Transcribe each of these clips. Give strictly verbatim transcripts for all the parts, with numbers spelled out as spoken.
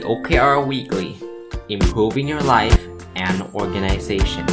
โอ เค อาร์ Weekly Improving Your Life and Organization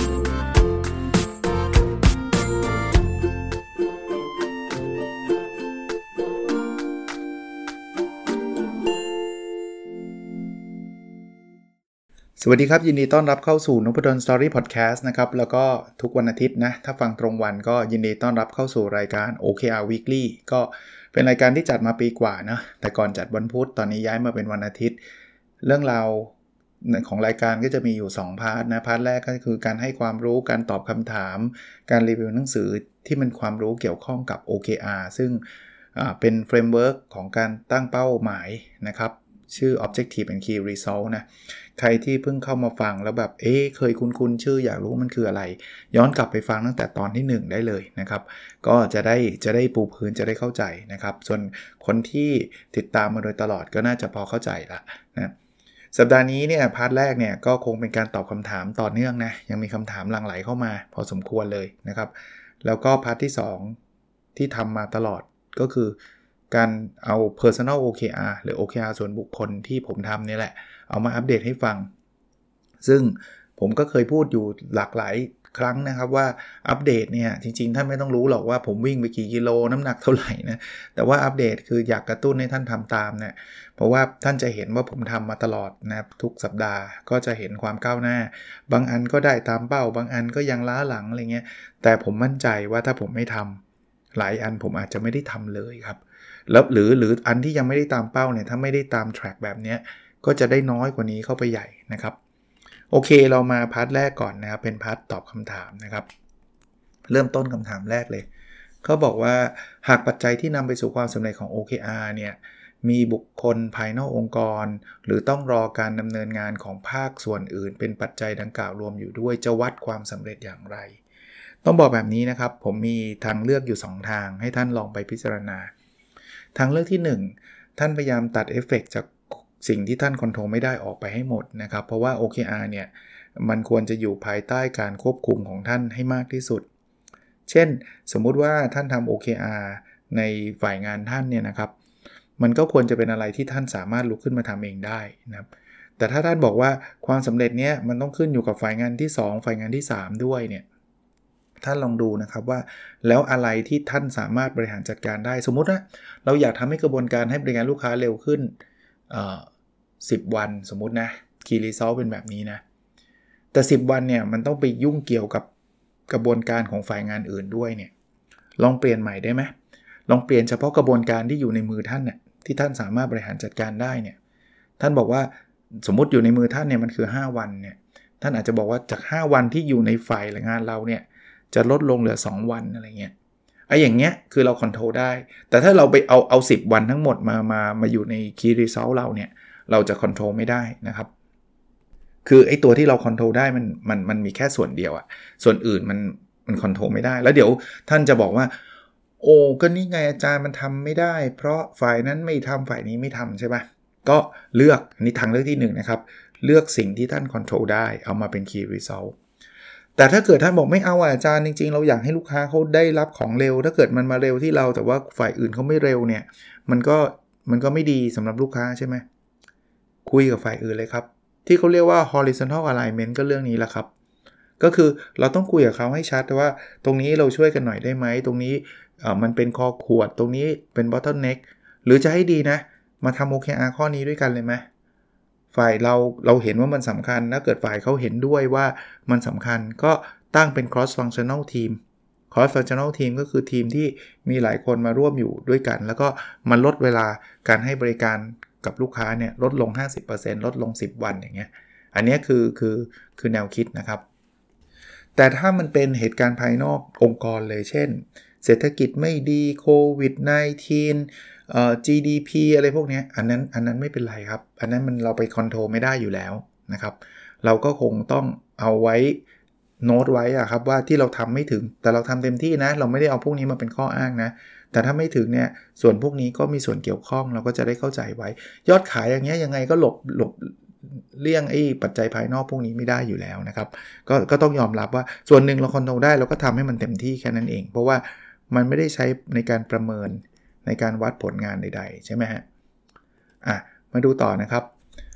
สวัสดีครับยินดีต้อนรับเข้าสู่ Nopadon Story Podcast นะครับแล้วก็ทุกวันอาทิตย์นะถ้าฟังตรงวันก็ยินดีต้อนรับเข้าสู่รายการ โอ เค อาร์ Weekly ก็เป็นรายการที่จัดมาปีกว่านะแต่ก่อนจัดวันพุธตอนนี้ย้ายมาเป็นวันอาทิตย์เรื่องราวของรายการก็จะมีอยู่สองพาร์ทนะพาร์ทแรกก็คือการให้ความรู้การตอบคำถามการรีวิวหนังสือที่มันความรู้เกี่ยวข้องกับ โอ เค อาร์ ซึ่งเป็นเฟรมเวิร์คของการตั้งเป้าหมายนะครับชื่อ Objective and Key Result นะใครที่เพิ่งเข้ามาฟังแล้วแบบเอ๊ะเคยคุ้นๆชื่ออยากรู้มันคืออะไรย้อนกลับไปฟังตั้งแต่ตอนที่หนึ่งได้เลยนะครับก็จะได้จะได้ปูพื้นจะได้เข้าใจนะครับส่วนคนที่ติดตามมาโดยตลอดก็น่าจะพอเข้าใจละนะสัปดาห์นี้เนี่ยพาร์ทแรกเนี่ยก็คงเป็นการตอบคำถามต่อเนื่องนะยังมีคำถามหลั่งไหลเข้ามาพอสมควรเลยนะครับแล้วก็พาร์ทที่สองที่ทำมาตลอดก็คือการเอา Personal โอ เค อาร์ หรือ โอ เค อาร์ ส่วนบุคคลที่ผมทำนี่แหละเอามาอัปเดตให้ฟังซึ่งผมก็เคยพูดอยู่หลากหลายครั้งนะครับว่าอัปเดตเนี่ยจริงๆท่านไม่ต้องรู้หรอกว่าผมวิ่งไปกี่กิโลน้ำหนักเท่าไหร่นะแต่ว่าอัปเดตคืออยากกระตุ้นให้ท่านทำตามเนี่ยเพราะว่าท่านจะเห็นว่าผมทำมาตลอดนะครับทุกสัปดาห์ก็จะเห็นความก้าวหน้าบางอันก็ได้ตามเป้าบางอันก็ยังล้าหลังอะไรเงี้ยแต่ผมมั่นใจว่าถ้าผมไม่ทำหลายอันผมอาจจะไม่ได้ทำเลยครับแล้วหรือหรืออันที่ยังไม่ได้ตามเป้าเนี่ยถ้าไม่ได้ตามแทร็กแบบนี้ก็จะได้น้อยกว่านี้เข้าไปใหญ่นะครับโอเคเรามาพาร์ทแรกก่อนนะครับเป็นพาร์ทตอบคำถามนะครับเริ่มต้นคำถามแรกเลยเขาบอกว่าหากปัจจัยที่นำไปสู่ความสำเร็จของ โอ เค อาร์ เนี่ยมีบุคคลภายนอกองค์กรหรือต้องรอการดำเนินงานของภาคส่วนอื่นเป็นปัจจัยดังกล่าวรวมอยู่ด้วยจะวัดความสำเร็จอย่างไรต้องบอกแบบนี้นะครับผมมีทางเลือกอยู่สองทางให้ท่านลองไปพิจารณาทางเลือกที่หนึ่งท่านพยายามตัดเอฟเฟกต์จากสิ่งที่ท่านคอนโทรลไม่ได้ออกไปให้หมดนะครับเพราะว่า โอ เค อาร์ เนี่ยมันควรจะอยู่ภายใต้การควบคุมของท่านให้มากที่สุดเช่นสมมุติว่าท่านทำ โอ เค อาร์ ในฝ่ายงานท่านเนี่ยนะครับมันก็ควรจะเป็นอะไรที่ท่านสามารถลุกขึ้นมาทำเองได้นะครับแต่ถ้าท่านบอกว่าความสำเร็จเนี้ยมันต้องขึ้นอยู่กับฝ่ายงานที่สองฝ่ายงานที่สามด้วยเนี่ยท่านลองดูนะครับว่าแล้วอะไรที่ท่านสามารถบริหารจัดการได้สมมุตินะเราอยากทำให้กระบวนการให้บริการลูกค้าเร็วขึ้นเอ่อสิบวันสมมุตินะ Key Result เป็นแบบนี้นะแต่สิบวันเนี่ยมันต้องไปยุ่งเกี่ยวกับกระบวนการของฝ่ายงานอื่นด้วยเนี่ยลองเปลี่ยนใหม่ได้ไหมลองเปลี่ยนเฉพาะกระบวนการที่อยู่ในมือท่านเนี่ยที่ท่านสามารถบริหารจัดการได้เนี่ยท่านบอกว่าสมมุติอยู่ในมือท่านเนี่ยมันคือห้าวันเนี่ยท่านอาจจะบอกว่าจากห้าวันที่อยู่ในฝ่ายงานเราเนี่ยจะลดลงเหลือสองวันอะไรเงี้ยไอ้อย่างเงี้ยคือเราคอนโทรลได้แต่ถ้าเราไปเอาเอาสิบวันทั้งหมดมามามาอยู่ใน Key Result เราเนี่ยเราจะคอนโทรลไม่ได้นะครับคือไอ้ตัวที่เราคอนโทรลได้มันมันมันมีแค่ส่วนเดียวอะส่วนอื่นมันมันคอนโทรลไม่ได้แล้วเดี๋ยวท่านจะบอกว่าโอ้ก็นี่ไงอาจารย์มันทำไม่ได้เพราะฝ่ายนั้นไม่ทำฝ่ายนี้ไม่ทำใช่ป่ะก็เลือกอันนี้ทางเลือกที่หนึ่งนะครับเลือกสิ่งที่ท่านคอนโทรลได้เอามาเป็น Key Resultแต่ถ้าเกิดท่านบอกไม่เอาอาจารย์จริงๆเราอยากให้ลูกค้าเขาได้รับของเร็วถ้าเกิดมันมาเร็วที่เราแต่ว่าฝ่ายอื่นเขาไม่เร็วเนี่ยมันก็มันก็ไม่ดีสำหรับลูกค้าใช่ไหมคุยกับฝ่ายอื่นเลยครับที่เขาเรียกว่า horizontal alignment ก็เรื่องนี้แหละครับก็คือเราต้องคุยกับเขาให้ชัดว่าตรงนี้เราช่วยกันหน่อยได้ไหมตรงนี้เอ่อมันเป็นคอขวดตรงนี้เป็น bottleneck หรือจะให้ดีนะมาทำ โอ เค อาร์ ข้อนี้ด้วยกันเลยไหมฝ่ายเราเราเห็นว่ามันสำคัญถ้าเกิดฝ่ายเขาเห็นด้วยว่ามันสำคัญก็ตั้งเป็น cross functional team cross functional team ก็คือทีมที่มีหลายคนมาร่วมอยู่ด้วยกันแล้วก็มันลดเวลาการให้บริการกับลูกค้าเนี่ยลดลง ห้าสิบเปอร์เซ็นต์ ลดลงสิบวันอย่างเงี้ยอันนี้คือคือคือแนวคิดนะครับแต่ถ้ามันเป็นเหตุการณ์ภายนอกองค์กรเลยเช่นเศรษฐกิจไม่ดีโควิด สิบเก้า เอ่อ จี ดี พี อะไรพวกนี้อันนั้นอันนั้นไม่เป็นไรครับอันนั้นมันเราไปคอนโทรลไม่ได้อยู่แล้วนะครับเราก็คงต้องเอาไว้โน้ตไว้อะครับว่าที่เราทำไม่ถึงแต่เราทำเต็มที่นะเราไม่ได้เอาพวกนี้มาเป็นข้ออ้างนะแต่ถ้าไม่ถึงเนี่ยส่วนพวกนี้ก็มีส่วนเกี่ยวข้องเราก็จะได้เข้าใจไว้ยอดขายอย่างเงี้ยยังไงก็หลบหลบเลี่ยงไอ้ปัจจัยภายนอกพวกนี้ไม่ได้อยู่แล้วนะครับก็ก็ต้องยอมรับว่าส่วนหนึ่งเราคอนโทรลได้เราก็ทำให้มันเต็มที่แค่นั้นเองเพราะว่ามันไม่ได้ใช้ในการประเมินในการวัดผลงานใดๆใช่ไหมฮะอ่ะมาดูต่อนะครับ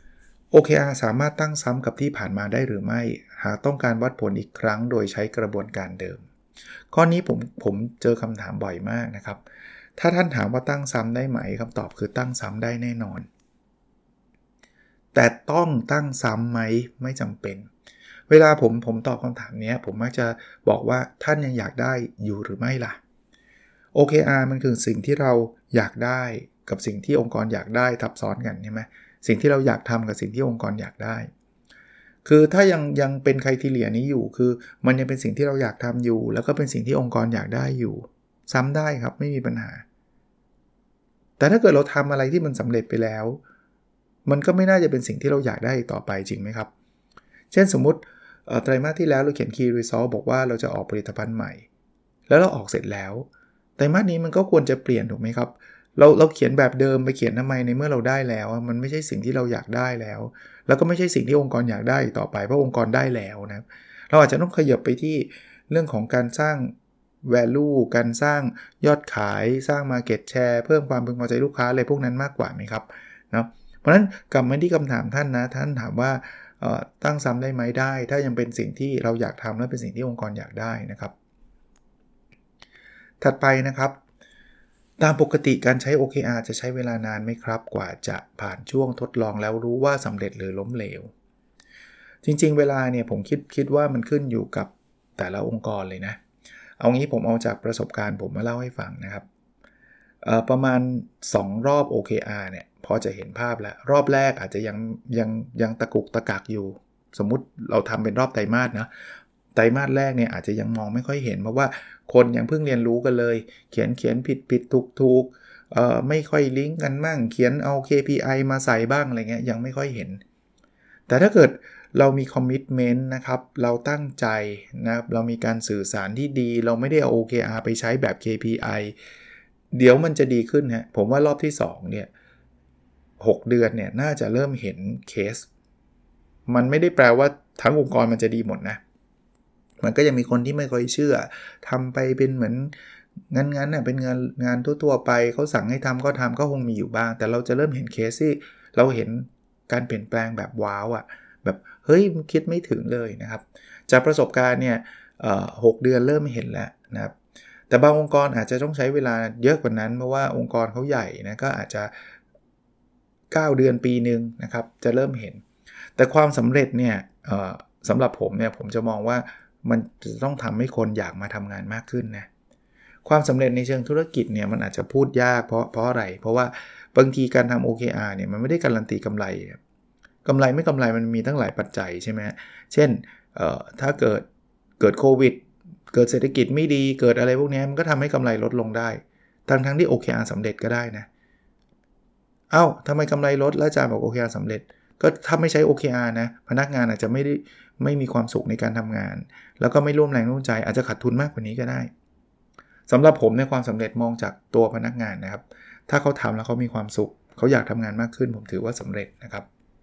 โอ เค อาร์ สามารถตั้งซ้ำกับที่ผ่านมาได้หรือไม่หากต้องการวัดผลอีกครั้งโดยใช้กระบวนการเดิมข้อนี้ผมผมเจอคำถามบ่อยมากนะครับถ้าท่านถามว่าตั้งซ้ำได้ไหมคำตอบคือตั้งซ้ำได้แน่นอนแต่ต้องตั้งซ้ำไหมไม่จำเป็นเวลาผมผมตอบคำถามนี้ผมมักจะบอกว่าท่านยังอยากได้อยู่หรือไม่ล่ะ โอ เค อาร์ มันคือสิ่งที่เราอยากได้กับสิ่งที่องค์กรอยากได้ทับซ้อนกันใช่ไหมสิ่งที่เราอยากทำกับสิ่งที่องค์กรอยากได้คือถ้ายังยังเป็นไครทีเรียนี้อยู่คือมันยังเป็นสิ่งที่เราอยากทำอยู่แล้วก็เป็นสิ่งที่องค์กรอยากได้อยู่ซ้ำได้ครับไม่มีปัญหาแต่ถ้าเกิดเราทำอะไรที่มันสำเร็จไปแล้วมันก็ไม่น่าจะเป็นสิ่งที่เราอยากได้ต่อไปจริงไหมครับเช่นสมมุติไตรมาสที่แล้วเราเขียน Key Result บอกว่าเราจะออกผลิตภัณฑ์ใหม่แล้วเราออกเสร็จแล้วไตรมาสนี้มันก็ควรจะเปลี่ยนถูกไหมครับเราเราเขียนแบบเดิมไปเขียนทำไมในเมื่อเราได้แล้วมันไม่ใช่สิ่งที่เราอยากได้แล้วแล้วก็ไม่ใช่สิ่งที่องค์กรอยากได้ต่อไปเพราะองค์กรได้แล้วนะเราอาจจะต้องขยับไปที่เรื่องของการสร้าง value การสร้างยอดขายสร้าง market share เพิ่มความพึงพอใจลูกค้าอะไรพวกนั้นมากกว่าไหมครับนะเพราะฉะนั้นกลับมาที่คำถามท่านนะท่านถามว่าตั้งซ้ำได้ไหมได้ถ้ายังเป็นสิ่งที่เราอยากทำและเป็นสิ่งที่องค์กรอยากได้นะครับถัดไปนะครับตามปกติการใช้ โอ เค อาร์ จะใช้เวลานานไหมครับกว่าจะผ่านช่วงทดลองแล้วรู้ว่าสำเร็จหรือล้มเหลวจริงๆเวลาเนี่ยผมคิดคิดว่ามันขึ้นอยู่กับแต่ละองค์กรเลยนะเอางี้ผมเอาจากประสบการณ์ผมมาเล่าให้ฟังนะครับประมาณสองรอบ โอ เค อาร์ เนี่ยพอจะเห็นภาพแล้วรอบแรกอาจจะยังยังยังตะกุกตะกักอยู่สมมุติเราทำเป็นรอบไตรมาสนะไตรมาสแรกเนี่ยอาจจะยังมองไม่ค่อยเห็นเพราะว่าคนยังเพิ่งเรียนรู้กันเลยเขียนเขียนผิดผิดถูกถูกเอ่อไม่ค่อยลิงก์กันมั่งเขียนเอา เค พี ไอ มาใส่บ้างอะไรเงี้ยยังไม่ค่อยเห็นแต่ถ้าเกิดเรามีคอมมิตเมนต์นะครับเราตั้งใจนะครับเรามีการสื่อสารที่ดีเราไม่ได้เอา โอ เค อาร์ ไปใช้แบบ เค พี ไอ เดี๋ยวมันจะดีขึ้นฮะผมว่ารอบที่สองเนี่ยหกเดือนเนี่ยน่าจะเริ่มเห็นเคสมันไม่ได้แปลว่าทั้งองค์กรมันจะดีหมดนะมันก็ยังมีคนที่ไม่ค่อยเชื่อทำไปเป็นเหมือนงั้นๆน่ะเป็นงานงานทั่วๆไปเขาสั่งให้ทำก็ทำก็คงมีอยู่บ้างแต่เราจะเริ่มเห็นเคสที่เราเห็นการเปลี่ยนแปลงแบบว้าวอ่ะแบบเฮ้ยมันคิดไม่ถึงเลยนะครับจากประสบการณ์เนี่ยหกเดือนเริ่มเห็นแล้วนะครับแต่บางองค์กรอาจจะต้องใช้เวลาเยอะกว่านั้นเพราะว่าองค์กรเขาใหญ่นะก็อาจจะเก้าเดือนปีนึงนะครับจะเริ่มเห็นแต่ความสำเร็จเนี่ยสำหรับผมเนี่ยผมจะมองว่ามันจะต้องทำให้คนอยากมาทำงานมากขึ้นนะความสำเร็จในเชิงธุรกิจเนี่ยมันอาจจะพูดยากเพราะเพราะอะไรเพราะว่าบางทีการทำ โอ เค อาร์ เนี่ยมันไม่ได้การันตีกำไรกำไรไม่กำไรมันมีตั้งหลายปัจจัยใช่ไหมเช่นถ้าเกิดเกิดโควิดเกิดเศรษฐกิจไม่ดีเกิดอะไรพวกนี้มันก็ทำให้กำไรลดลงได้ทั้งทั้งที่ โอ เค อาร์ สำเร็จก็ได้นะเอ้าทำไมกำไรลดแล้วอาจารย์บอก โอ เค อาร์ สำเร็จก็ถ้าไม่ใช้ โอ เค อาร์ นะพนักงานอาจจะไม่ได้ไม่มีความสุขในการทำงานแล้วก็ไม่ร่วมแรงร่วมใจอาจจะขาดทุนมากกว่านี้ก็ได้สำหรับผมในความสำเร็จมองจากตัวพนักงานนะครับถ้าเขาทำแล้วเขามีความสุขเขาอยากทำงานมากขึ้นผมถือว่าสำเร็จนะครับ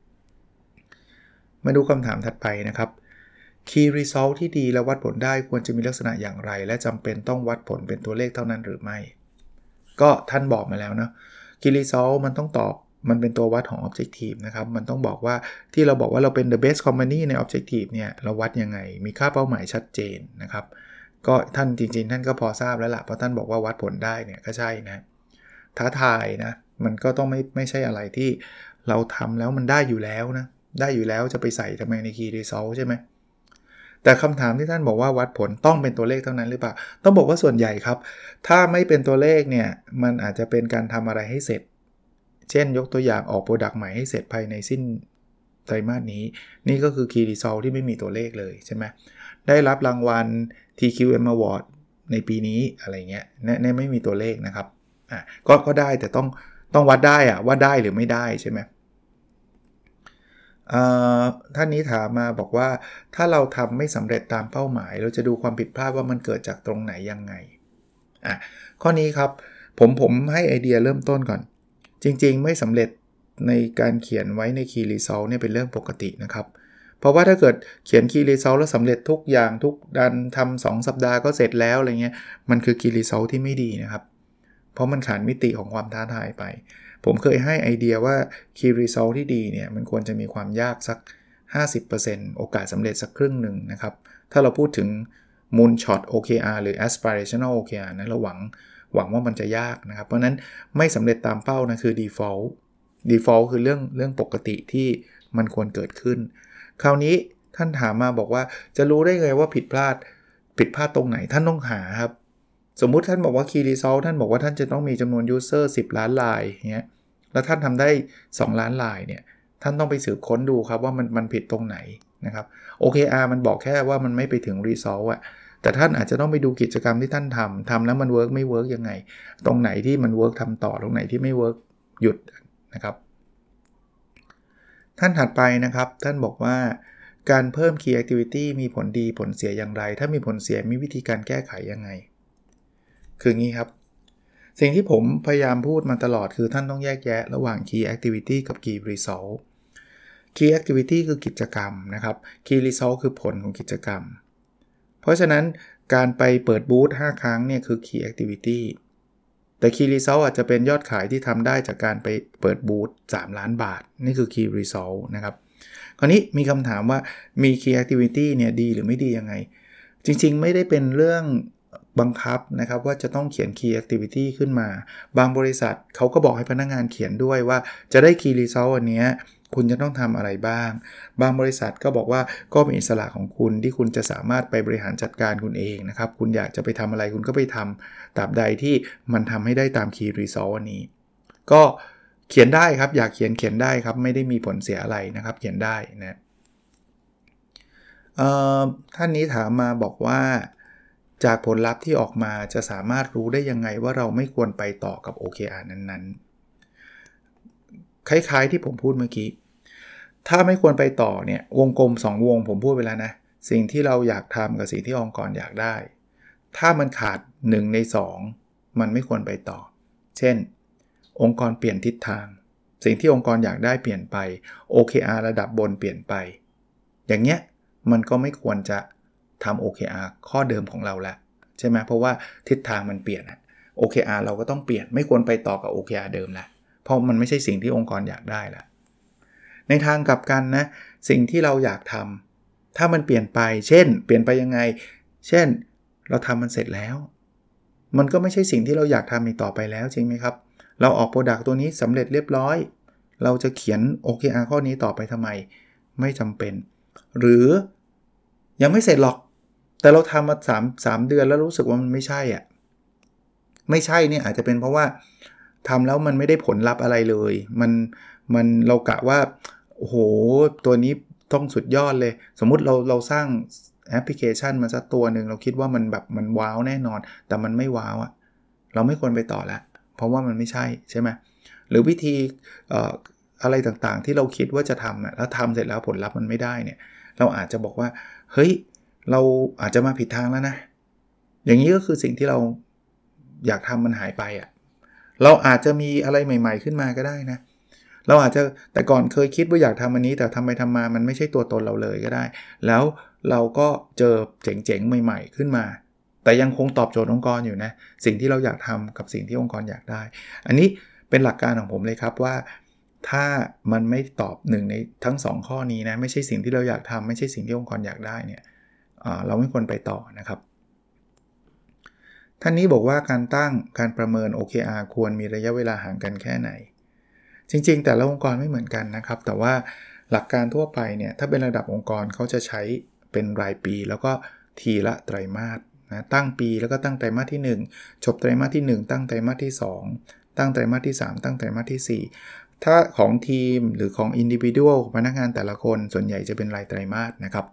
มาดูคำถามถัดไปนะครับ Key Result ที่ดีและวัดผลได้ควรจะมีลักษณะอย่างไรและจำเป็นต้องวัดผลเป็นตัวเลขเท่านั้นหรือไม่ก็ท่านบอกมาแล้วนะ Key Result มันต้องตอบมันเป็นตัววัดของ Objective นะครับมันต้องบอกว่าที่เราบอกว่าเราเป็น the best company ใน Objective เนี่ยเราวัดยังไงมีค่าเป้าหมายชัดเจนนะครับก็ท่านจริงๆท่านก็พอทราบแล้วล่ะเพราะท่านบอกว่าวัดผลได้เนี่ยก็ใช่นะท้าทายนะมันก็ต้องไม่ไม่ใช่อะไรที่เราทำแล้วมันได้อยู่แล้วนะได้อยู่แล้วจะไปใส่ทำไมใน Key Result ใช่ไหมแต่คำถามที่ท่านบอกว่าวัดผลต้องเป็นตัวเลขเท่านั้นหรือเปล่าต้องบอกว่าส่วนใหญ่ครับถ้าไม่เป็นตัวเลขเนี่ยมันอาจจะเป็นการทำอะไรให้เสร็จเช่นยกตัวอย่างออก Product ใหม่ให้เสร็จภายในสิ้นไตรมาสนี้นี่ก็คือ Key Result ที่ไม่มีตัวเลขเลยใช่ไหมได้รับรางวัล ที คิว เอ็ม Award ในปีนี้อะไรเงี้ยเนี่ยไม่มีตัวเลขนะครับอ่ะก็ก็ได้แต่ต้องต้องวัดได้อะว่าได้หรือไม่ได้ใช่ไหมท่านนี้ถามมาบอกว่าถ้าเราทำไม่สำเร็จตามเป้าหมายเราจะดูความผิดพลาดว่ามันเกิดจากตรงไหนยังไงอ่ะข้อนี้ครับผมผมให้ไอเดียเริ่มต้นก่อนจริงๆไม่สำเร็จในการเขียนไว้ใน Key Result เนี่ยเป็นเรื่องปกตินะครับเพราะว่าถ้าเกิดเขียน Key Result แล้วสำเร็จทุกอย่างทุกดันทำสองสัปดาห์ก็เสร็จแล้วอะไรเงี้ยมันคือ Key Result ที่ไม่ดีนะครับเพราะมันขาดมิติของความท้าทายไปผมเคยให้ไอเดียว่า Key Result ที่ดีเนี่ยมันควรจะมีความยากสัก ห้าสิบเปอร์เซ็นต์ โอกาสสำเร็จสักครึ่งหนึ่งนะครับถ้าเราพูดถึง Moonshot โอ เค อาร์ หรือ Aspirational โอ เค อาร์ นะเราหวังหวังว่ามันจะยากนะครับเพราะนั้นไม่สำเร็จตามเป้านะคือ Default Default คือเรื่องเรื่องปกติที่มันควรเกิดขึ้นคราวนี้ท่านถามมาบอกว่าจะรู้ได้ไงว่าผิดพลาดผิดพลาดตรงไหนท่านต้องหาครับสมมุติท่านบอกว่า Key Result ท่านบอกว่าท่านจะต้องมีจำนวน User สิบล้านรายเงี้ยแล้วท่านทำได้สองล้านรายเนี่ยท่านต้องไปสืบค้นดูครับว่ามันมันผิดตรงไหนนะครับ โอ เค อาร์ มันบอกแค่ว่ามันไม่ไปถึง Result อะแต่ท่านอาจจะต้องไปดูกิจกรรมที่ท่านทำทำแล้วมันเวิร์กไม่เวิร์กยังไงตรงไหนที่มันเวิร์กทำต่อตรงไหนที่ไม่เวิร์กหยุดนะครับท่านถัดไปนะครับท่านบอกว่าการเพิ่ม Key Activity มีผลดีผลเสียอย่างไรถ้ามีผลเสียมีวิธีการแก้ไขยังไงคืองี้ครับสิ่งที่ผมพยายามพูดมาตลอดคือท่านต้องแยกแยะระหว่าง Key Activity กับ Key Result Key Activity คือกิจกรรมนะครับ Key Result คือผลของกิจกรรมเพราะฉะนั้นการไปเปิดบูธห้าครั้งเนี่ยคือ Key Activity แต่ Key Result อาจจะเป็นยอดขายที่ทำได้จากการไปเปิดบูธสามล้านบาทนี่คือ Key Result นะครับคราวนี้มีคำถามว่ามี Key Activity เนี่ยดีหรือไม่ดียังไงจริงๆไม่ได้เป็นเรื่องบังคับนะครับว่าจะต้องเขียน Key Activity ขึ้นมาบางบริษัทเขาก็บอกให้พนักงานเขียนด้วยว่าจะได้ Key Result อันเนี้ยคุณจะต้องทำอะไรบ้างบางบริษัทก็บอกว่าก็เป็นอิสระของคุณที่คุณจะสามารถไปบริหารจัดการคุณเองนะครับคุณอยากจะไปทำอะไรคุณก็ไปทำตราบใดที่มันทำให้ได้ตาม Key Result อันนี้ก็เขียนได้ครับอยากเขียนเขียนได้ครับไม่ได้มีผลเสียอะไรนะครับเขียนได้นะท่านนี้ถามมาบอกว่าจากผลลัพธ์ที่ออกมาจะสามารถรู้ได้ยังไงว่าเราไม่ควรไปต่อกับ โอ เค อาร์ นั้นๆคล้ายๆที่ผมพูดเมื่อกี้ถ้าไม่ควรไปต่อเนี่ยวงกลมสองวงผมพูดไปแล้วนะสิ่งที่เราอยากทำกับสิ่งที่องค์กรอยากได้ถ้ามันขาดหนึ่งในสองมันไม่ควรไปต่อเช่นองค์กรเปลี่ยนทิศทางสิ่งที่องค์กรอยากได้เปลี่ยนไป โอ เค อาร์ ระดับบนเปลี่ยนไปอย่างเงี้ยมันก็ไม่ควรจะทำ โอ เค อาร์ ข้อเดิมของเราแล้วใช่ไหมเพราะว่าทิศทางมันเปลี่ยน โอ เค อาร์ เราก็ต้องเปลี่ยนไม่ควรไปต่อกับ โอ เค อาร์ เดิมแล้วเพราะมันไม่ใช่สิ่งที่องค์กรอยากได้แล้วในทางกลับกันนะสิ่งที่เราอยากทำถ้ามันเปลี่ยนไปเช่นเปลี่ยนไปยังไงเช่นเราทำมันเสร็จแล้วมันก็ไม่ใช่สิ่งที่เราอยากทำอีกต่อไปแล้วจริงไหมครับเราออกโปรดักต์ตัวนี้สำเร็จเรียบร้อยเราจะเขียน โอ เค อาร์ ข้อนี้ต่อไปทำไมไม่จำเป็นหรือยังไม่เสร็จหรอกแต่เราทำมาสาม สามเดือนแล้วรู้สึกว่ามันไม่ใช่อ่ะไม่ใช่เนี่ยอาจจะเป็นเพราะว่าทำแล้วมันไม่ได้ผลลัพธ์อะไรเลยมันมันเรากะว่าโอ้โหตัวนี้ต้องสุดยอดเลยสมมุติเราเราสร้างแอปพลิเคชันมาสักตัวหนึ่งเราคิดว่ามันแบบมันว้าวแน่นอนแต่มันไม่ว้าวอ่ะเราไม่ควรไปต่อแล้วเพราะว่ามันไม่ใช่ใช่ไหมหรือวิธีเอ่ออะไรต่างๆที่เราคิดว่าจะทำนะแล้วทำเสร็จแล้วผลลัพธ์มันไม่ได้เนี่ยเราอาจจะบอกว่าเฮ้ยเราอาจจะมาผิดทางแล้วนะอย่างนี้ก็คือสิ่งที่เราอยากทำมันหายไปอ่ะเราอาจจะมีอะไรใหม่ๆขึ้นมาก็ได้นะเราอาจจะแต่ก่อนเคยคิดว่าอยากทำอันนี้แต่ทำไปทำมามันไม่ใช่ตัวตนเราเลยก็ได้แล้วเราก็เจอเจ๋งๆใหม่ๆขึ้นมาแต่ยังคงตอบโจทย์องค์กรอยู่นะสิ่งที่เราอยากทำกับสิ่งที่องค์กรอยากได้อันนี้เป็นหลักการของผมเลยครับว่าถ้ามันไม่ตอบหนึ่งในทั้งสองข้อนี้นะไม่ใช่สิ่งที่เราอยากทำไม่ใช่สิ่งที่องค์กรอยากได้เนี่ยเราไม่ควรไปต่อนะครับท่านนี้บอกว่าการตั้งการประเมิน โอ เค อาร์ ควรมีระยะเวลาห่างกันแค่ไหนจริงๆแต่ละองค์กรไม่เหมือนกันนะครับแต่ว่าหลักการทั่วไปเนี่ยถ้าเป็นระดับองค์กรเขาจะใช้เป็นรายปีแล้วก็ทีละไตรมาสนะตั้งปีแล้วก็ตั้งไตรมาสที่หนึ่งจบไตรมาสที่หนึ่งตั้งไตรมาสที่สองตั้งไตรมาสที่สามตั้งไตรมาสที่สี่ถ้าของทีมหรือของ individual พนักงานแต่ละคนส่วนใหญ่จะเป็นรายไตรมาสนะครับ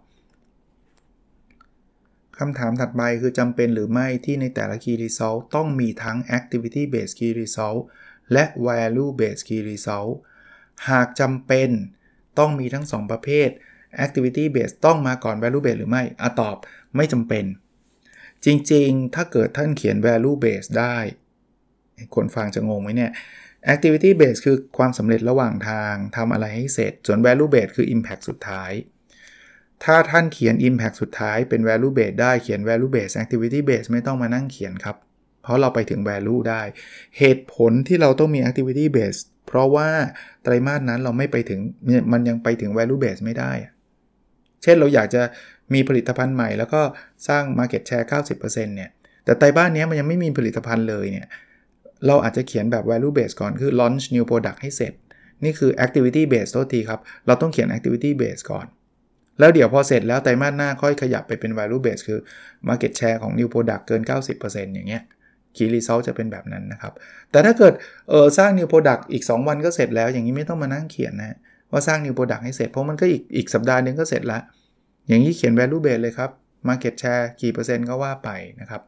คำถามถัดไปคือจำเป็นหรือไม่ที่ในแต่ละ Key Result ต้องมีทั้ง Activity Based Key Result และ Value Based Key Result หากจำเป็นต้องมีทั้งสองประเภท Activity Based ต้องมาก่อน Value Based หรือไม่อ่ะตอบไม่จำเป็นจริงๆถ้าเกิดท่านเขียน Value Based ได้คนฟังจะงงไหมเนี่ย Activity Based คือความสำเร็จระหว่างทางทำอะไรให้เสร็จส่วน Value Based คือ Impact สุดท้ายถ้าท่านเขียน Impact สุดท้ายเป็น Value Based ได้เขียน Value Based Activity Based ไม่ต้องมานั่งเขียนครับเพราะเราไปถึง value ได้เหตุผลที่เราต้องมี activity base เพราะว่าไตรมาสนั้นเราไม่ไปถึงมันยังไปถึง value base ไม่ได้เช่นเราอยากจะมีผลิตภัณฑ์ใหม่แล้วก็สร้าง market share เก้าสิบเปอร์เซ็นต์ เนี่ยแต่ไตรมาสนี้มันยังไม่มีผลิตภัณฑ์เลยเนี่ยเราอาจจะเขียนแบบ value base ก่อนคือ launch new product ให้เสร็จนี่คือ activity base โทษทีครับเราต้องเขียน activity base ก่อนแล้วเดี๋ยวพอเสร็จแล้วไตรมาสหน้าค่อยขยับไปเป็น value base คือ market share ของ new product เกิน เก้าสิบเปอร์เซ็นต์ อย่างเงี้ย key result จะเป็นแบบนั้นนะครับแต่ถ้าเกิดเออสร้าง new product อีกสองวันก็เสร็จแล้วอย่างนี้ไม่ต้องมานั่งเขียนนะว่าสร้าง new product ให้เสร็จเพราะมันก็อีกอีกสัปดาห์นึงก็เสร็จแล้วอย่างนี้เขียน value base เลยครับ market share กี่เปอร์เซ็นต์ก็ว่าไปนะครับ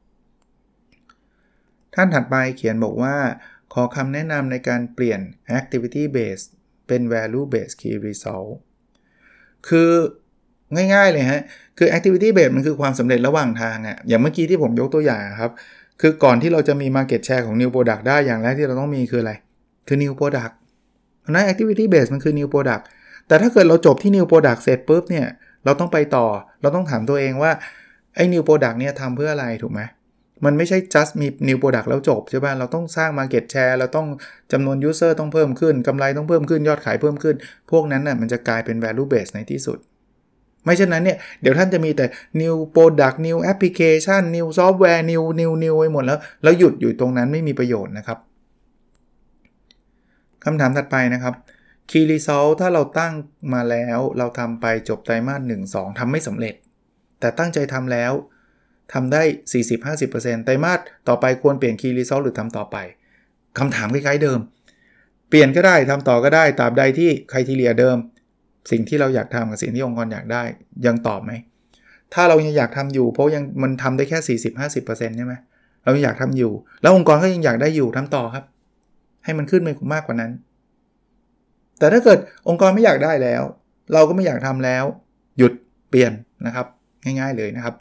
ท่านถัดไปเขียนบอกว่าขอคำแนะนำในการเปลี่ยน activity base เป็น value base key result คือง่ายๆเลยฮะคือ activity base มันคือความสำเร็จระหว่างทางอ่ะอย่างเมื่อกี้ที่ผมยกตัวอย่างครับคือก่อนที่เราจะมี market share ของ new product ได้อย่างแรกที่เราต้องมีคืออะไรคือ new product เพราะฉะนั้น activity base มันคือ new product แต่ถ้าเกิดเราจบที่ new product เสร็จปุ๊บเนี่ยเราต้องไปต่อเราต้องถามตัวเองว่าไอ้ new product เนี่ยทำเพื่ออะไรถูกไหมมันไม่ใช่ just มี new product แล้วจบใช่ป่ะเราต้องสร้าง market share เราต้องจำนวน user ต้องเพิ่มขึ้นกำไรต้องเพิ่มขึ้นยอดขายเพิ่มขึ้นพวกนั้นน่ะมันจะกลายเป็น value base ในที่สุดไม่เช่นนั้นเนี่ยเดี๋ยวท่านจะมีแต่ new product new application new software new new new ไปหมดแล้วแล้วหยุดอยู่ตรงนั้นไม่มีประโยชน์นะครับคำถามถัดไปนะครับ key result ถ้าเราตั้งมาแล้วเราทำไปจบไตรมาสหนึ่ง สองทำไม่สำเร็จแต่ตั้งใจทำแล้วทำได้ สี่สิบถึงห้าสิบเปอร์เซ็นต์ ไตรมาสต่อไปควรเปลี่ยน key result หรือทำต่อไปคำถามคล้ายๆเดิมเปลี่ยนก็ได้ทำต่อก็ได้ตราบใดที่ criteria เดิมสิ่งที่เราอยากทำกับสิ่งที่องค์กรอยากได้ยังตอบไหมถ้าเรายังอยากทำอยู่เพราะยังมันทำได้แค่ สี่สิบถึงห้าสิบเปอร์เซ็นต์ ใช่ไหมเราอยากทำอยู่แล้วองค์กรก็ยังอยากได้อยู่ทำต่อครับให้มันขึ้นไปมากกว่านั้นแต่ถ้าเกิดองค์กรไม่อยากได้แล้วเราก็ไม่อยากทำแล้วหยุดเปลี่ยนนะครับง่ายๆเลยนะครับ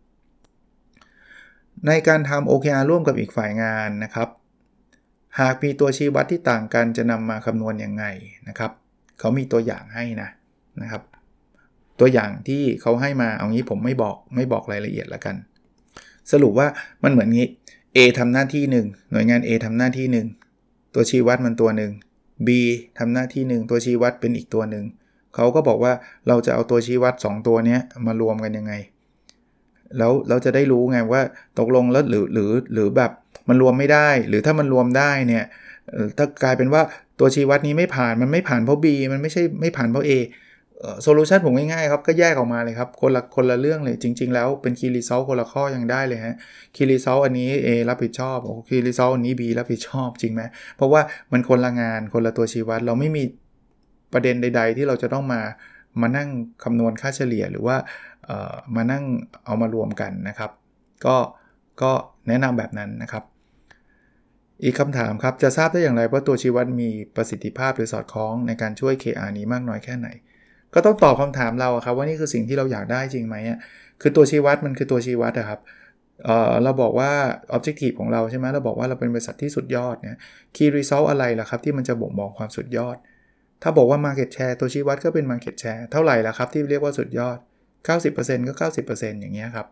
ในการทำ โอ เค อาร์ ร่วมกับอีกฝ่ายงานนะครับหากมีตัวชี้วัดที่ต่างกันจะนำมาคำนวณยังไงนะครับเขามีตัวอย่างให้นะนะครับตัวอย่างที่เขาให้มาเอางี้ผมไม่บอกไม่บอกรายละเอียดละกันสรุปว่ามันเหมือนงี้ A ทำหน้าที่หนึ่งหน่วยงาน A ทำหน้าที่หนึ่งตัวชี้วัดมันตัวหนึ่ง B ทำหน้าที่หนึ่งตัวชี้วัดเป็นอีกตัวหนึ่งเขาก็บอกว่าเราจะเอาตัวชี้วัดสองตัวนี้มารวมกันยังไงแล้วเราจะได้รู้ไงว่าตกลงแล้วหรือหรือหรือแบบมันรวมไม่ได้หรือถ้ามันรวมได้เนี่ยถ้ากลายเป็นว่าตัวชี้วัดนี้ไม่ผ่านมันไม่ผ่านเพราะ B มันไม่ใช่ไม่ผ่านเพราะ A โซลูชันผมง่ายๆครับก็แยกออกมาเลยครับคนละคนละเรื่องเลยจริงๆแล้วเป็น key result คนละข้อยังได้เลยฮะ key result อันนี้ A รับผิดชอบโอ้ key result อันนี้ B รับผิดชอบจริงไหมเพราะว่ามันคนละงานคนละตัวชี้วัดเราไม่มีประเด็นใดๆที่เราจะต้องมามานั่งคำนวณค่าเฉลี่ยหรือว่าเอ่อมานั่งเอามารวมกันนะครับก็ก็แนะนำแบบนั้นนะครับอีกคำถามครับจะทราบได้อย่างไรว่าตัวชี้วัดมีประสิทธิภาพหรือสอดคล้องในการช่วย เค อาร์ นี้มากน้อยแค่ไหนก็ต้องตอบคำถามเราครับว่านี่คือสิ่งที่เราอยากได้จริงไหมคือตัวชี้วัดมันคือตัวชี้วัดนะครับ เอ่อเราบอกว่า objective ของเราใช่ไหมเราบอกว่าเราเป็นบริษัทที่สุดยอดเนี่ย key result อะไรล่ะครับที่มันจะบ่งบอกความสุดยอดถ้าบอกว่า market share ตัวชี้วัดก็เป็น market share เท่าไหร่ล่ะครับที่เรียกว่าสุดยอด เก้าสิบเปอร์เซ็นต์ ก็ เก้าสิบเปอร์เซ็นต์ อย่างเงี้ยครับ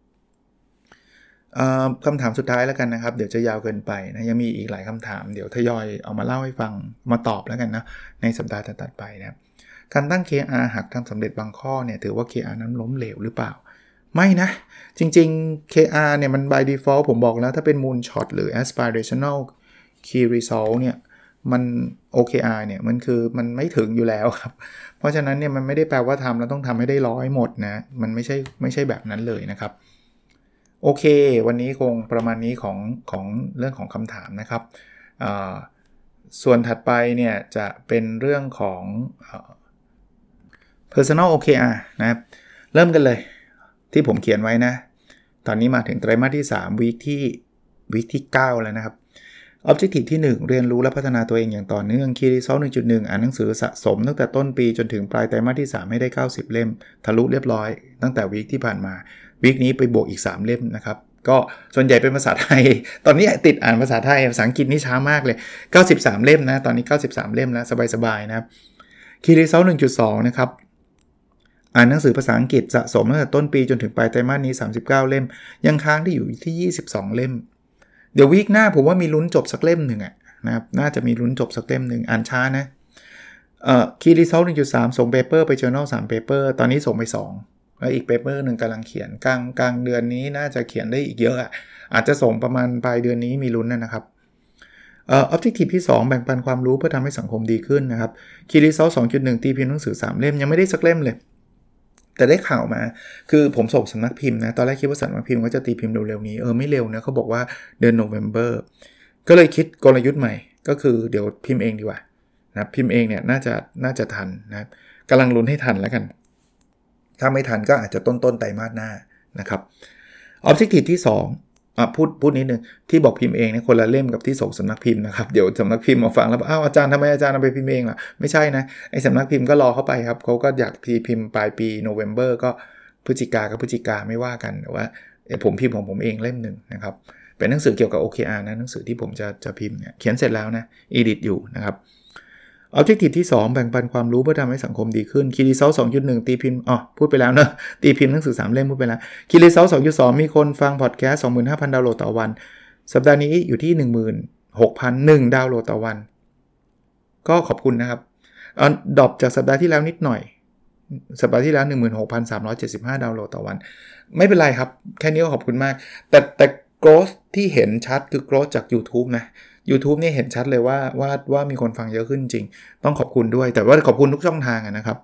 คำถามสุดท้ายแล้วกันนะครับเดี๋ยวจะยาวเกินไปนะยังมีอีกหลายคำถามเดี๋ยวทยอยเอามาเล่าให้ฟังมาตอบแล้วกันนะในสัปดาห์ถัดไปนะการตั้ง เค อาร์ หากทำสำเร็จบางข้อเนี่ยถือว่า เค อาร์ นั้นล้มเหลวหรือเปล่าไม่นะจริงๆ เค อาร์ เนี่ยมัน by default ผมบอกแล้วถ้าเป็น moonshot หรือ aspirational key result เนี่ยมัน โอ เค อาร์ เนี่ยมันคือมันไม่ถึงอยู่แล้วครับเพราะฉะนั้นเนี่ยมันไม่ได้แปลว่าทำแล้วต้องทำให้ได้ร้อยหมดนะมันไม่ใช่ไม่ใช่แบบนั้นเลยนะครับโอเควันนี้คงประมาณนี้ของของเรื่องของคำถามนะครับส่วนถัดไปเนี่ยจะเป็นเรื่องของ personal โอ เค อาร์ นะครับเริ่มกันเลยที่ผมเขียนไว้นะตอนนี้มาถึงไตรมาสที่สามวีคที่วีคที่เก้าแล้วนะครับ Objective ที่หนึ่งเรียนรู้และพัฒนาตัวเองอย่างต่อเนื่อง Key Result หนึ่งจุดหนึ่ง อ่านหนังสือสะสมตั้งแต่ต้นปีจนถึงปลายไตรมาสที่สามให้ได้เก้าสิบเล่มทะลุเรียบร้อยตั้งแต่วีคที่ผ่านมาวีคนี้ไปบวกอีกสามเล่มนะครับก็ส่วนใหญ่เป็นภาษาไทยตอนนี้ติดอ่านภาษาไทยภาษาอังกฤษนี่ช้ามากเลยเก้าสิบสามเล่มนะตอนนี้เก้าสิบสามเล่มแล้วสบายๆนะครับ Key Result หนึ่งจุดสอง นะครับอ่านหนังสือภาษาอังกฤษสะสมตั้งแต่ต้นปีจนถึงปลายไตรมาสนี้สามสิบเก้าเล่มยังค้างที่อยู่ที่ยี่สิบสองเล่มเดี๋ยววีคหน้าผมว่ามีลุ้นจบสักเล่มหนึ่งอ่ะนะครับน่าจะมีลุ้นจบสักเล่มหนึ่งอ่านช้านะเอ่อ Key Result หนึ่งจุดสาม ส่งเปเปอร์ไป Journal สามเปเปอร์ตอนนี้ส่งไปสองแล้วอีกเปเปอร์นึงกำลังเขียนกลางกลางเดือนนี้น่าจะเขียนได้อีกเยอะอ่ะอาจจะส่งประมาณปลายเดือนนี้มีลุ้นนะครับเอ่อ Objective ที่สองแบ่งปันความรู้เพื่อทำให้สังคมดีขึ้นนะครับ Key Result สองจุดหนึ่ง ตีพิมพ์หนังสือสามเล่มยังไม่ได้สักเล่มเลยแต่ได้ข่าวมาคือผมส่งสำนักพิมพ์นะตอนแรกคิดว่าสำนักพิมพ์ก็จะตีพิมพ์เร็วๆนี้เออไม่เร็วนะเขาบอกว่าเดือน November ก็เลยคิดกลยุทธ์ใหม่ก็คือเดี๋ยวพิมพ์เองดีกว่านะพิมพ์เองเนี่ยน่าจะน่าจะทันนะครับกำลังลุ้นให้ทันแล้วกันถ้าไม่ทันก็อาจจะต้นๆไตรมาสหน้านะครับ Objective ที่สองอ่ะพูดพูดนิดนึงที่บอกพิมพ์เองเนี่ยคนละเล่มกับที่ส่งสำนักพิมพ์นะครับเดี๋ยวสำนักพิมพ์มาฟังแล้วอ้าวอาจารย์ทำไมอาจารย์เอาไปพิมพ์เองล่ะไม่ใช่นะไอ้สำนักพิมพ์ก็รอเข้าไปครับเขาก็อยากพิมพ์ปลายปี November ก็พฤศจิกากับพฤศจิกาไม่ว่ากันแต่ว่าผมพิมพ์ของผมเองเล่มนึงนะครับเป็นหนังสือเกี่ยวกับ โอ เค อาร์ นะหนังสือที่ผมจะจะพิมพ์เนี่ยเขียนเสร็จแล้วนะ edit อยู่นะครับ Objective ที่สองแบ่งปันความรู้เพื่อทำให้สังคมดีขึ้น Key Result สองจุดหนึ่ง ตีพิมพ์อ๋อพูดไปแล้วเนอะตีพิมพ์หนังสือสามเล่มพูดไปแล้ว Key Result สองจุดสอง มีคนฟังพอดแคสต์ สองหมื่นห้าพัน ดาวน์โหลดต่อวันสัปดาห์นี้อยู่ที่ หนึ่งหมื่นหกพันหนึ่ง ดาวน์โหลดต่อวันก็ขอบคุณนะครับเอ่อดรอปจากสัปดาห์ที่แล้วนิดหน่อยสัปดาห์ที่แล้ว หนึ่งหมื่นหกพันสามร้อยเจ็ดสิบห้า ดาวน์โหลดต่อวันไม่เป็นไรครับแค่นี้ก็ขอบคุณมากแต่แต่ growth ที่เห็นชัดคือ growth จาก YouTube นะ YouTube เนี่ยเห็นชัดเลยว่าว่าว่ามีคนฟังเยอะขึ้นจริงต้องขอบคุณด้วยแต่ว่าขอบคุณทุกช่องทางนะครับ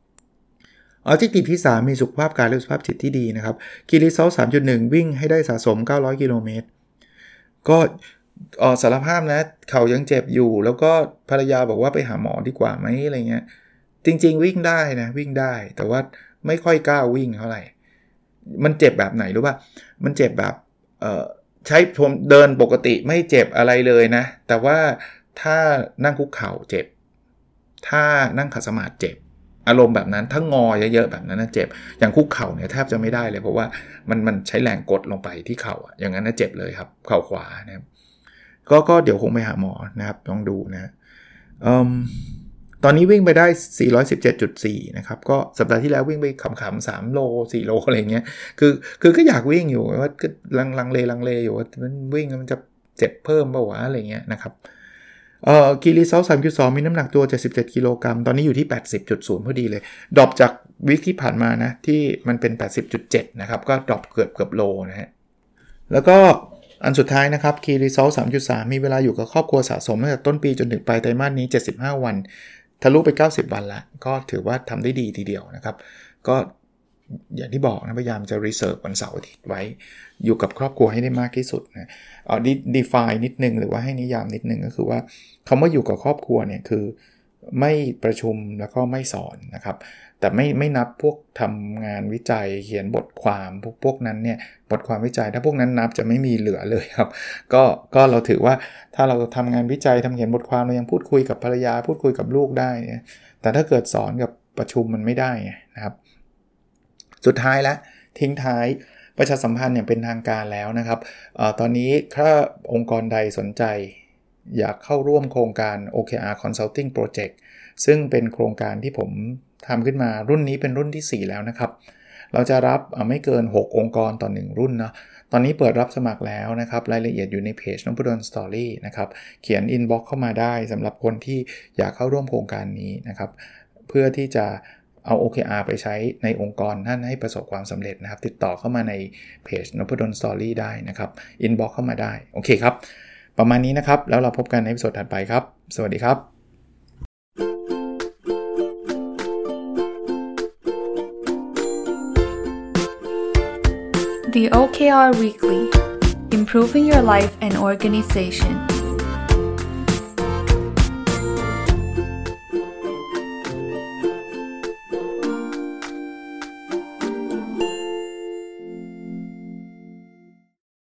Objective ที่สามมีสุขภาพกายและสุขภาพจิตที่ดีนะครับ Key Result สามจุดหนึ่ง วิ่งให้ได้สะสมเก้าร้อยกิโลเมตรก็เอ่อสารภาพนะเข่ายังเจ็บอยู่แล้วก็ภรรยาบอกว่าไปหาหมอดีกว่าไหมอะไรเงี้ยจริงๆวิ่งได้นะวิ่งได้แต่ว่าไม่ค่อยกล้าวิ่งเท่าไหร่มันเจ็บแบบไหนรู้ป่ะมันเจ็บแบบเอ่อใช้ผมเดินปกติไม่เจ็บอะไรเลยนะแต่ว่าถ้านั่งคุกเข่าเจ็บถ้านั่งขัดสมาธิเจ็บอารมณ์แบบนั้นถ้างอเยอะๆแบบนั้นนะเจ็บอย่างคุกเข่าเนี่ยแทบจะไม่ได้เลยเพราะว่ามันมันใช้แรงกดลงไปที่เข่าอ่ะอย่างนั้นนะเจ็บเลยครับเข่าขวานะครับก็ก็เดี๋ยวคงไปหาหมอนะครับลองดูนะอืมตอนนี้วิ่งไปได้ สี่ร้อยสิบเจ็ดจุดสี่ นะครับก็สัปดาห์ที่แล้ววิ่งไปขำๆสามโลสี่โลอะไรเงี้ยคือคือก็อยากวิ่งอยู่ว่าก็ลังลังเลลังเลอยู่ว่ามันวิ่งมันจะเจ็บเพิ่มเปล่าวะอะไรเงี้ยนะครับเอ่อ Key Result สามจุดสอง มีน้ำหนักตัวเจ็ดสิบเจ็ดกิโลกรัมตอนนี้อยู่ที่ แปดสิบจุดศูนย์ พอดีเลยดรอปจากวีคที่ผ่านมานะที่มันเป็น แปดสิบจุดเจ็ด นะครับก็ดรอปเกือบเกือบโลนะฮะแล้วก็อันสุดท้ายนะครับ Key Result สามจุดสาม มีเวลาอยู่กับครอบครัวสะสมตั้งแต่ต้นปีจนถึงปลายไตรมาสนี้เจ็ดสิบห้าวันทะลุไปเก้าสิบวันแล้วก็ถือว่าทำได้ดีทีเดียวนะครับก็อย่างที่บอกนะพยายามจะ reserve วันเสาร์อาทิตย์ไว้อยู่กับครอบครัวให้ได้มากที่สุดนะเอา define นิดนึงหรือว่าให้นิยามนิดนึงก็คือว่าคำว่าอยู่กับครอบครัวเนี่ยคือไม่ประชุมแล้วก็ไม่สอนนะครับแต่ไม่ไม่นับพวกทำงานวิจัยเขียนบทความพวกพวกนั้นเนี่ยบทความวิจัยถ้าพวกนั้นนับจะไม่มีเหลือเลยครับก็ก็เราถือว่าถ้าเราทำงานวิจัยทำเขียนบทความเรายังพูดคุยกับภรรยาพูดคุยกับลูกได้เนี่ยแต่ถ้าเกิดสอนกับประชุมมันไม่ได้นะครับสุดท้ายแล้วทิ้งท้ายประชาสัมพันธ์อย่างเป็นทางการแล้วนะครับเอ่อตอนนี้ถ้าองค์กรใดสนใจอยากเข้าร่วมโครงการ โอ เค อาร์ Consulting Project ซึ่งเป็นโครงการที่ผมทำขึ้นมารุ่นนี้เป็นรุ่นที่สี่แล้วนะครับเราจะรับไม่เกินหกองค์กรต่อหนึ่งรุ่นนะตอนนี้เปิดรับสมัครแล้วนะครับรายละเอียดอยู่ในเพจนพดล Story นะครับเขียน inbox เข้ามาได้สำหรับคนที่อยากเข้าร่วมโครงการนี้นะครับเพื่อที่จะเอา โอ เค อาร์ ไปใช้ในองค์กรท่านให้ประสบความสำเร็จนะครับติดต่อเข้ามาในเพจนพดล Story ได้นะครับ inbox เข้ามาได้โอเคครับประมาณนี้นะครับแล้วเราพบกันในตอนถัดไปครับสวัสดีครับ The โอ เค อาร์ Weekly Improving Your Life and Organization